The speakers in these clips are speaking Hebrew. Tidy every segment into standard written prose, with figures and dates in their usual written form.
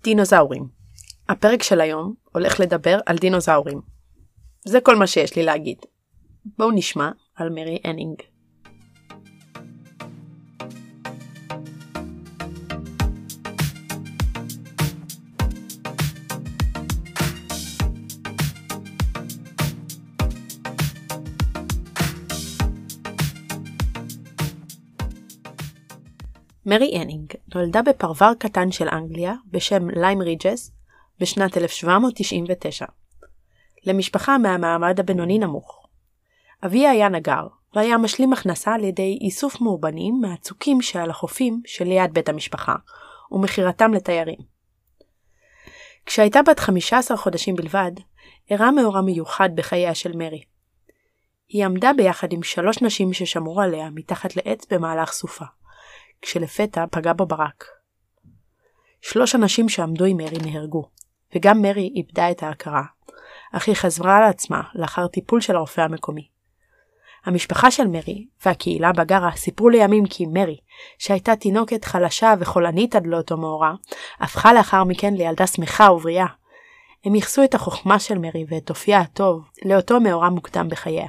דינוזאורים. הפרק של היום הולך לדבר על דינוזאורים. זה כל מה שיש לי להגיד. בואו נשמע על מרי הנינג. מרי הנינג נולדה בפרבר קטן של אנגליה בשם ליים ריג'ס בשנת 1799. למשפחה מהמעמד הבינוני נמוך. אביה היה נגר והיה משלים הכנסה על ידי איסוף מאובנים מהצוקים שעל החופים שליד בית המשפחה ומכירתם לתיירים. כשהייתה בת 15 חודשים בלבד, אירע מאורע מיוחד בחייה של מרי. היא עמדה ביחד עם 3 נשים ששמרו עליה מתחת לעץ במהלך סופה. כשלפתע פגע בו ברק. 3 אנשים שעמדו עם מרי נהרגו, וגם מרי איבדה את ההכרה, אך היא חזרה לעצמה לאחר טיפול של הרופא המקומי. המשפחה של מרי והקהילה בגרה סיפרו לימים כי מרי, שהייתה תינוקת חלשה וחולנית עד לאותו מאורע, הפכה לאחר מכן לילדה שמחה ובריאה. הם ייחסו את החוכמה של מרי ואת אופייה הטוב לאותו מאורע מוקדם בחייה.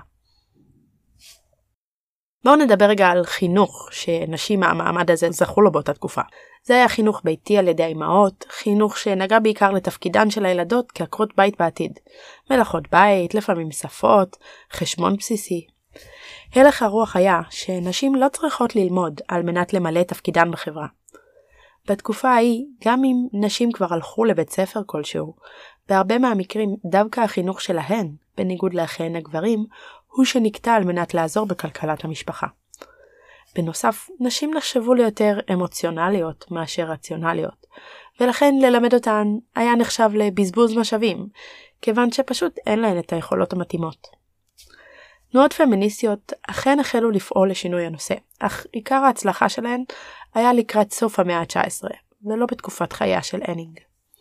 בואו נדבר רגע על חינוך שנשים מהמעמד הזה זכו לו באותה תקופה. זה היה חינוך ביתי על ידי האימהות, חינוך שנגע בעיקר לתפקידן של הילדות כעקרות בית בעתיד. מלאכות בית, לפעמים שפות, חשבון בסיסי. הלך הרוח היה שנשים לא צריכות ללמוד על מנת למלא את תפקידן בחברה. בתקופה ההיא, גם אם נשים כבר הלכו לבית ספר כלשהו, בהרבה מהמקרים דווקא החינוך שלהן, בניגוד לאחיהן הגברים, הוא שנקטע על מנת לעזור בכלכלת המשפחה. בנוסף, נשים נחשבו ליותר אמוציונליות מאשר רציונליות, ולכן ללמד אותן היה נחשב לבזבוז משאבים, כיוון שפשוט אין להן את היכולות המתאימות. תנועות פמיניסטיות אכן החלו לפעול לשינוי הנושא, אך עיקר ההצלחה שלהן היה לקראת סוף המאה ה-19, ולא בתקופת חייה של הנינג.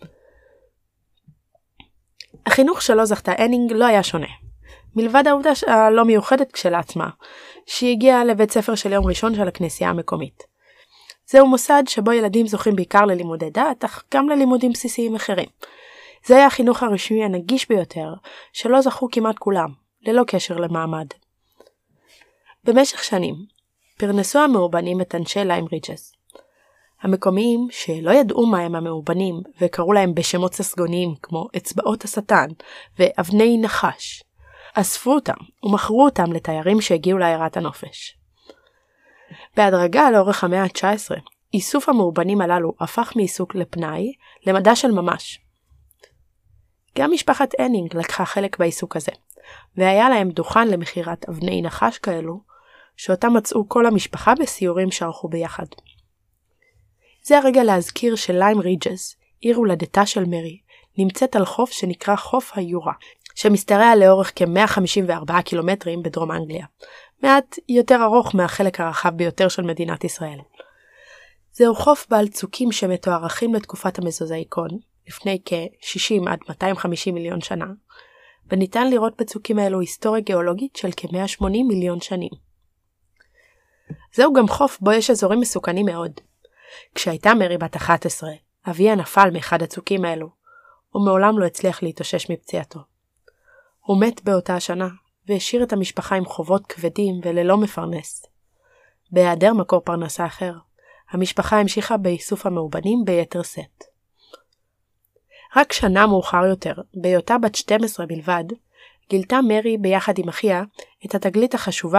החינוך שלו זכתה הנינג לא היה שונה. מלבד העובדה הלא מיוחדת כשלעצמה, שהיא הגיעה לבית ספר של יום ראשון של הכנסייה המקומית. זהו מוסד שבו ילדים זוכים בעיקר ללימודי דת, אך גם ללימודים בסיסיים אחרים. זה היה החינוך הרשמי הנגיש ביותר, שלא זכו כמעט כולם, ללא קשר למעמד. במשך שנים, פרנסו המאובנים את אנשי ליים ריג'ס. המקומיים שלא ידעו מהם המאובנים וקראו להם בשמות ססגוניים כמו אצבעות השטן ואבני נחש, אספו אותם ומכרו אותם לתיירים שהגיעו לעיירת הנופש. בהדרגה לאורך המאה ה-19, איסוף המאובנים הללו הפך מעיסוק לפנאי למדע של ממש. גם משפחת הנינג לקחה חלק בעיסוק הזה, והיה להם דוכן למכירת אבני נחש כאלו, שאותם מצאו כל המשפחה בסיורים שערכו ביחד. זה הרגע להזכיר שליים ריג'ס, עיר הולדתה של מרי, נמצאת על חוף שנקרא חוף היורה, שמסתרע לאורך כ-154 קילומטרים בדרום אנגליה, מעט יותר ארוך מהחלק הרחב ביותר של מדינת ישראל. זהו חוף בעל צוקים שמתוארכים לתקופת המזוזאיקון, לפני כ-60 עד 250 מיליון שנה, וניתן לראות בצוקים האלו היסטוריה גיאולוגית של כ-180 מיליון שנים. זהו גם חוף בו יש אזורים מסוכנים מאוד. כשהייתה מרי בת 11, אביה נפל מאחד הצוקים האלו, ומעולם לא הצליח להתאושש מפציעתו. הוא מת באותה השנה, והשאיר את המשפחה עם חובות כבדים וללא מפרנס. בהיעדר מקור פרנסה אחר, המשפחה המשיכה באיסוף המאובנים ביתר שאת. רק שנה מאוחר יותר, בהיותה בת 12 בלבד, גילתה מרי ביחד עם אחיה את התגלית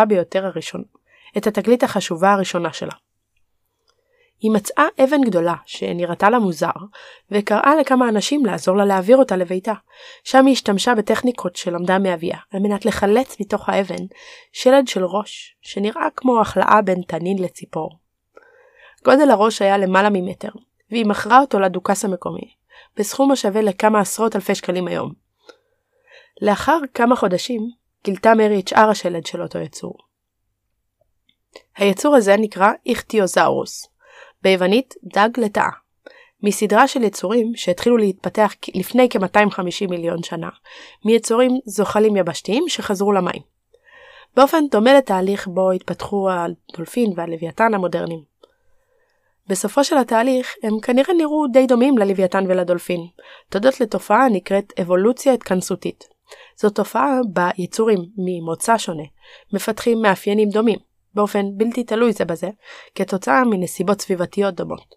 החשובה הראשונה שלה. היא מצאה אבן גדולה שנראתה לה מוזר, וקראה לכמה אנשים לעזור לה להעביר אותה לביתה. שם היא השתמשה בטכניקות שלמדה מאביה, על מנת לחלץ מתוך האבן שלד של ראש, שנראה כמו החלאה בין תנין לציפור. גודל הראש היה למעלה ממטר, והיא מכרה אותו לדוכס המקומי, בסכום השווה לכמה עשרות אלפי שקלים היום. לאחר כמה חודשים, גילתה מרי את שאר השלד של אותו יצור. היצור הזה נקרא איכטיוזאורוס, ביוונית דג לטאה, מסדרה של יצורים שהתחילו להתפתח לפני כ-250 מיליון שנה, מיצורים זוחלים יבשתיים שחזרו למים. באופן דומה לתהליך בו התפתחו הדולפין והלוויתן המודרניים. בסופו של התהליך הם כנראה נראו די דומים ללוויתן ולדולפין, תודות לתופעה הנקראת אבולוציה התכנסותית. זו תופעה בה יצורים ממוצא שונה מפתחים מאפיינים דומים, באופן בלתי תלוי זה בזה, כתוצאה מנסיבות סביבתיות דומות.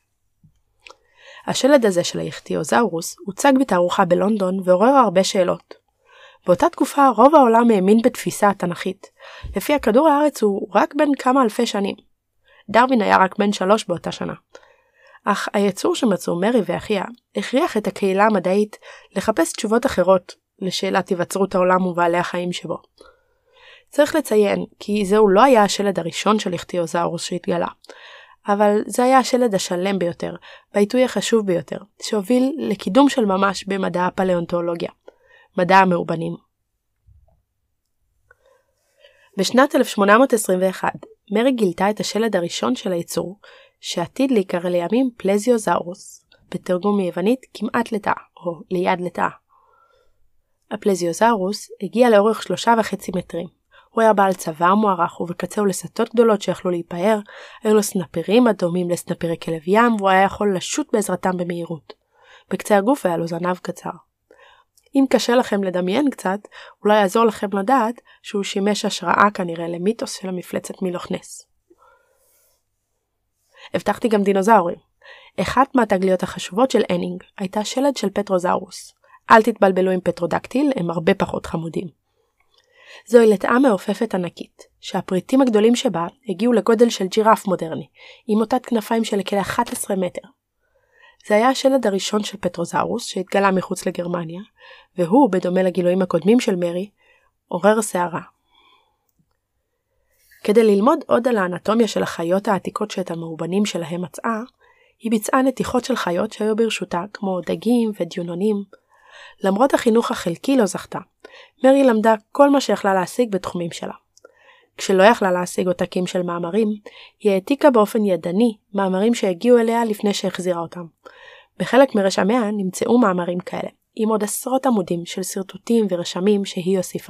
השלד הזה של האיכתיוזאורוס הוצג בתערוכה בלונדון ועורר הרבה שאלות. באותה תקופה רוב העולם האמין בתפיסה התנ"כית, לפי כדור הארץ הוא רק בן כמה אלפי שנים. דרווין היה רק בן 3 באותה שנה. אך היצור שמצאו מרי ואחיה הכריח את הקהילה המדעית לחפש תשובות אחרות לשאלת היווצרות העולם ובעלי החיים שבו. צריך לציין כי זהו לא היה השלד הראשון של איכתיוזאורוס שהתגלה, אבל זה היה השלד השלם ביותר, בעיתוי החשוב ביותר, שהוביל לקידום של ממש במדע הפלאונטולוגיה, מדע המאובנים. בשנת 1821, מרי גילתה את השלד הראשון של היצור, שעתיד להיקרא לימים פלזיוזאורוס, בתרגום מיוונית כמעט לטאה, או ליד לטאה. הפלזיוזאורוס הגיע לאורך 3.5 מטרים. הוא היה בעל צוואר מוערך ובקצהו לסתות גדולות שיכלו להיפאר, היו לו סנפירים הדומים לסנפירי כלב ים, והוא היה יכול לשוט בעזרתם במהירות. בקצה הגוף היה לו זנב קצר. אם קשה לכם לדמיין קצת, אולי יעזור לכם לדעת שהוא שימש השראה כנראה למיתוס של המפלצת מלוך נס. הבטחתי גם דינוזאורים. אחת מהתגליות החשובות של הנינג הייתה שלד של פטרוזאורוס. אל תתבלבלו עם פטרודקטיל, הם הרבה פחות חמודים. זוהי לטאה מעופפת ענקית, שהפריטים הגדולים שבה הגיעו לגודל של ג'ירף מודרני, עם מוטת כנפיים של כ-11 מטר. זה היה השלד הראשון של פטרוזאורוס שהתגלה מחוץ לגרמניה, והוא, בדומה לגילויים הקודמים של מרי, עורר שערה. כדי ללמוד עוד על האנטומיה של החיות העתיקות שאת המאובנים שלהם מצאה, היא ביצעה נתיחות של חיות שהיו ברשותה, כמו דגים ודיונונים. למרות החינוך החלקי לא זכתה, מרי למדה כל מה שיכלה להשיג בתחומים שלה. כשלא יכלה להשיג עותקים של מאמרים, היא העתיקה באופן ידני מאמרים שהגיעו אליה לפני שהחזירה אותם. בחלק מרשמיה נמצאו מאמרים כאלה, עם עוד עשרות עמודים של סרטוטים ורשמים שהיא הוסיפה.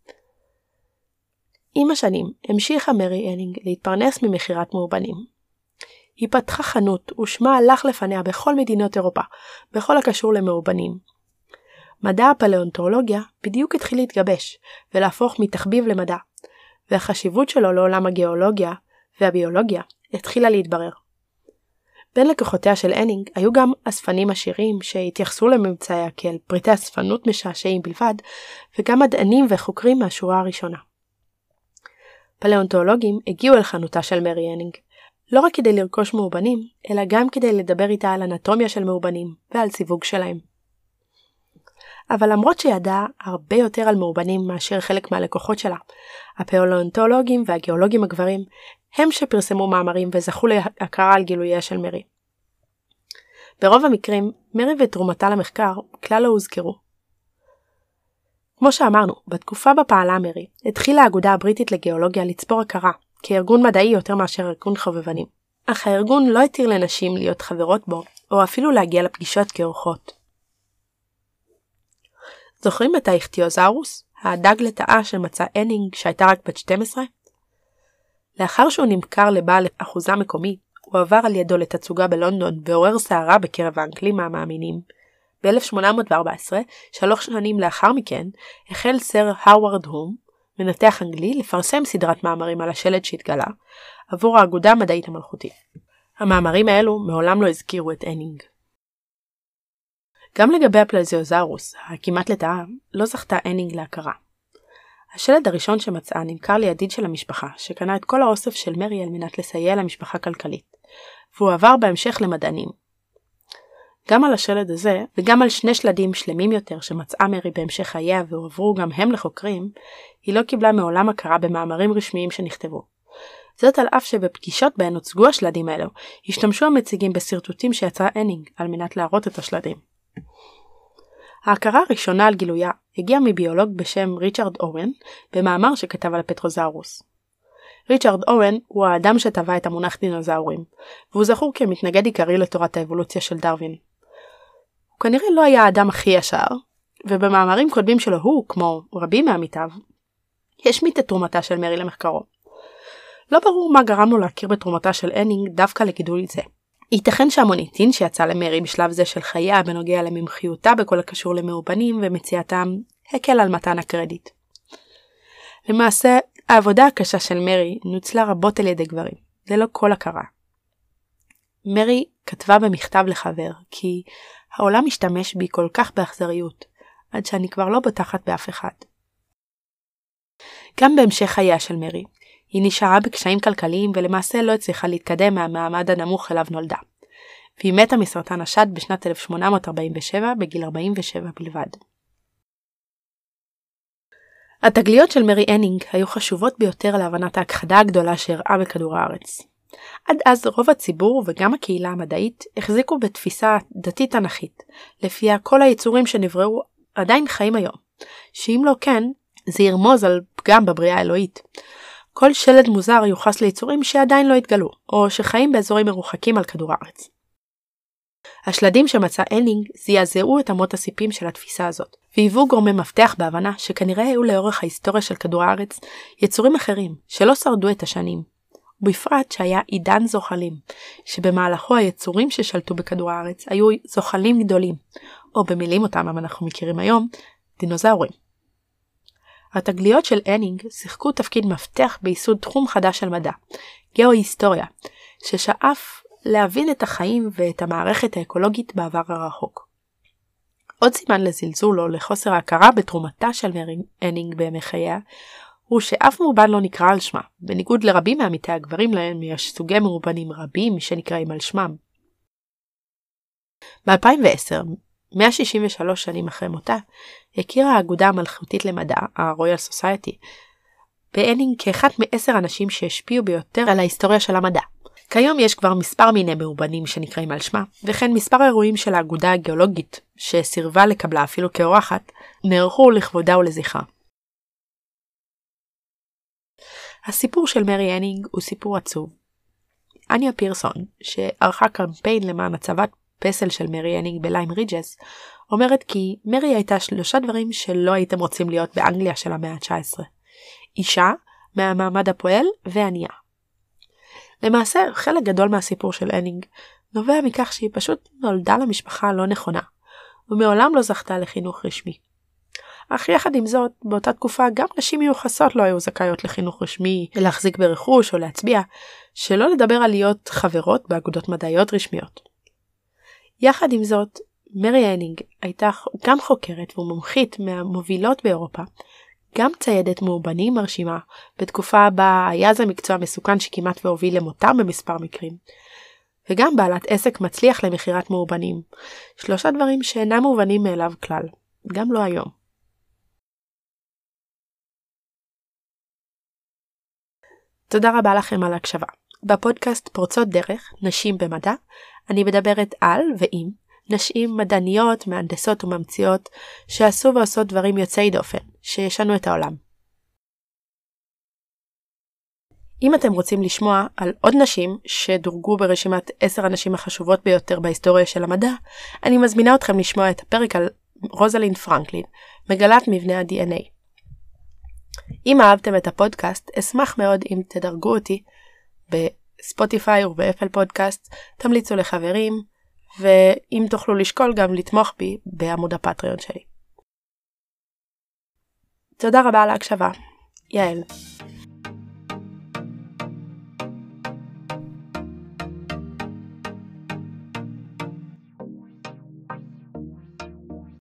עם השנים המשיכה מרי הנינג להתפרנס ממכירת מאובנים. היא פתחה חנות ושמה הלך לפניה בכל מדינות אירופה, בכל הקשור למאובנים. מדע הפלאונטולוגיה בדיוק התחיל להתגבש ולהפוך מתחביב למדע, והחשיבות שלו לעולם הגיאולוגיה והביולוגיה התחילה להתברר. בין לקוחותיה של הנינג היו גם אספנים עשירים שהתייחסו לממצאיה כאל פריטי אספנות משעשעים בלבד, וגם מדענים וחוקרים מהשורה הראשונה. פלאונטולוגים הגיעו אל חנותה של מרי הנינג, לא רק כדי לרכוש מאובנים, אלא גם כדי לדבר איתה על אנטומיה של מאובנים ועל סיווג שלהם. אבל למרות שידעה הרבה יותר על מאובנים מאשר חלק מהלקוחות שלה, הפלאונטולוגים והגיאולוגים הגברים הם שפרסמו מאמרים וזכו להכרה על גילוייה של מרי. ברוב המקרים, מרי ותרומתה למחקר כלל לא הוזכרו. כמו שאמרנו, בתקופה בה פעלה מרי, התחילה האגודה הבריטית לגיאולוגיה לצבור הכרה, כארגון מדעי יותר מאשר ארגון חובבנים. אך הארגון לא התיר לנשים להיות חברות בו, או אפילו להגיע לפגישות כאורחות. זוכרים את האיכתיוזאורוס, הדג לטאה שמצא הנינג שהייתה רק בת 12? לאחר שהוא נמכר לבעל אחוזה מקומי, הוא עבר על ידו לתצוגה בלונדון ועורר שערה בקרב האנגלים המאמינים. ב-1814, 3 שנים לאחר מכן, החל סר הרווארד הום, מנתח אנגלי, לפרסם סדרת מאמרים על השלד שהתגלה, עבור האגודה המדעית המלכותית. המאמרים האלו מעולם לא הזכירו את הנינג. גם לגבי הפלזיוזאורוס, הכמעט לטאה, לא זכתה הנינג להכרה. השלד הראשון שמצאה נמכר לידיד של המשפחה, שקנה את כל האוסף של מרי על מנת לסייע למשפחה כלכלית, והוא עבר בהמשך למדענים. גם על השלד הזה, וגם על 2 שלדים שלמים יותר שמצאה מרי בהמשך חייה והועברו גם הם לחוקרים, היא לא קיבלה מעולם הכרה במאמרים רשמיים שנכתבו. זאת על אף שבפגישות בהן הוצגו השלדים האלו, השתמשו המציגים בסרטוטים שיצרה הנינג על מנת להראות את השלדים. ההכרה הראשונה על גילויה הגיעה מביולוג בשם ריצ'רד אורן, במאמר שכתב על הפטרוזאורוס. ריצ'רד אורן הוא האדם שטבע את המונח דינוזאורים, והוא זכור כמתנגד עיקרי לתורת האבולוציה של דרווין. הוא כנראה לא היה האדם הכי ישר, ובמאמרים קודמים שלו הוא, כמו רבים מעמיתיו, השמיט את תרומתה של מרי למחקרו. לא ברור מה גרם לו להכיר בתרומתה של הנינג דווקא לגידול זה. ייתכן שהמוניטין שיצא למרי בשלב זה של חייה בנוגע למומחיותה בכל הקשור למאובנים ומציאתם הקל על מתן הקרדיט. למעשה, העבודה הקשה של מרי נוצלה רבות על ידי גברים, ללא כל הכרה. מרי כתבה במכתב לחבר כי העולם משתמש בי כל כך באכזריות, עד שאני כבר לא בוטחת באף אחד. גם בהמשך חייה של מרי, היא נשארה בקשיים כלכליים ולמעשה לא הצליחה להתקדם מהמעמד הנמוך אליו נולדה, והיא מתה מסרטן השד בשנת 1847 בגיל 47 בלבד. התגליות של מרי הנינג היו חשובות ביותר להבנת ההכחדה הגדולה שאירעה בכדור הארץ. עד אז רוב הציבור וגם הקהילה המדעית החזיקו בתפיסה דתית תנכית, לפיה כל היצורים שנבראו עדיין חיים היום, שאם לא כן, זה ירמוז על פגם בבריאה האלוהית. כל שלד מוזר יוחס ליצורים שעדיין לא התגלו, או שחיים באזורים מרוחקים על כדור הארץ. השלדים שמצא הנינג זעזעו את אמות הסיפים של התפיסה הזאת, והיוו גורמי מפתח בהבנה שכנראה היו לאורך ההיסטוריה של כדור הארץ יצורים אחרים שלא שרדו את השנים. ובפרט שהיה עידן זוחלים, שבמהלכו היצורים ששלטו בכדור הארץ היו זוחלים גדולים, או במילים אותם אנחנו מכירים היום, דינוזאורים. התגליות של הנינג שיחקו תפקיד מפתח בייסוד תחום חדש של מדע, גאו-היסטוריה, ששאף להבין את החיים ואת המערכת האקולוגית בעבר הרחוק. עוד סימן לזלזול או לחוסר ההכרה בתרומתה של מרי הנינג בימי חייה, הוא שאף מאובן לא נקרא על שמה, בניגוד לרבים מעמיתי הגברים להם יש סוגי מאובנים רבים שנקראים על שמם. ב-2010, 163 שנים אחרי מותה, הכירה האגודה המלכותית למדע, ה-Royal Society, בהנינג כאחת מ10 אנשים שהשפיעו ביותר על ההיסטוריה של המדע. כיום יש כבר מספר מיני מאובנים שנקראים על שמה, וכן מספר אירועים של האגודה הגיאולוגית, שסירבה לקבלה אפילו כאורחת, נערכו לכבודה ולזכרה. הסיפור של מרי הנינג הוא סיפור עצוב. אניה פירסון, שערכה קמפיין למען הצבת פסל של מרי הנינג בליים רידג'ס, אומרת כי מרי הייתה 3 דברים שלא הייתם רוצים להיות באנגליה של המאה ה-19. אישה, מהמעמד הפועל וענייה. למעשה, חלק גדול מהסיפור של הנינג נובע מכך שהיא פשוט נולדה למשפחה הלא נכונה, ומעולם לא זכתה לחינוך רשמי. אך יחד עם זאת, באותה תקופה גם נשים מיוחסות לא היו זכאיות לחינוך רשמי, להחזיק ברכוש או להצביע, שלא לדבר על להיות חברות באגודות מדעיות רשמיות. יחד עם זאת, מרי הנינג הייתה גם חוקרת ומומחית מהמובילות באירופה, גם ציידת מאובנים מרשימה, בתקופה בה היה זה מקצוע מסוכן שכמעט והוביל למותם במספר מקרים, וגם בעלת עסק מצליח למכירת מאובנים, 3 דברים שאינם מובנים מאליו כלל, גם לא היום. תודה רבה לכם על ההקשבה. בפודקאסט פורצות דרך, נשים במדע, אני מדברת על ועם נשים מדעניות, מהנדסות וממציאות שעשו ועושות דברים יוצאי דופן, שישנו את העולם. אם אתם רוצים לשמוע על עוד נשים שדורגו ברשימת 10 הנשים החשובות ביותר בהיסטוריה של המדע, אני מזמינה אתכם לשמוע את הפרק על רוזלין פרנקלין, מגלת מבנה ה-DNA. אם אהבתם את הפודקאסט, אשמח מאוד אם תדרגו אותי בספוטיפיי ובאפל פודקאסט, תמליצו לחברים, ואם תוכלו לשקול גם לתמוך בי בעמוד הפטריון שלי. תודה רבה על ההקשבה. יעל.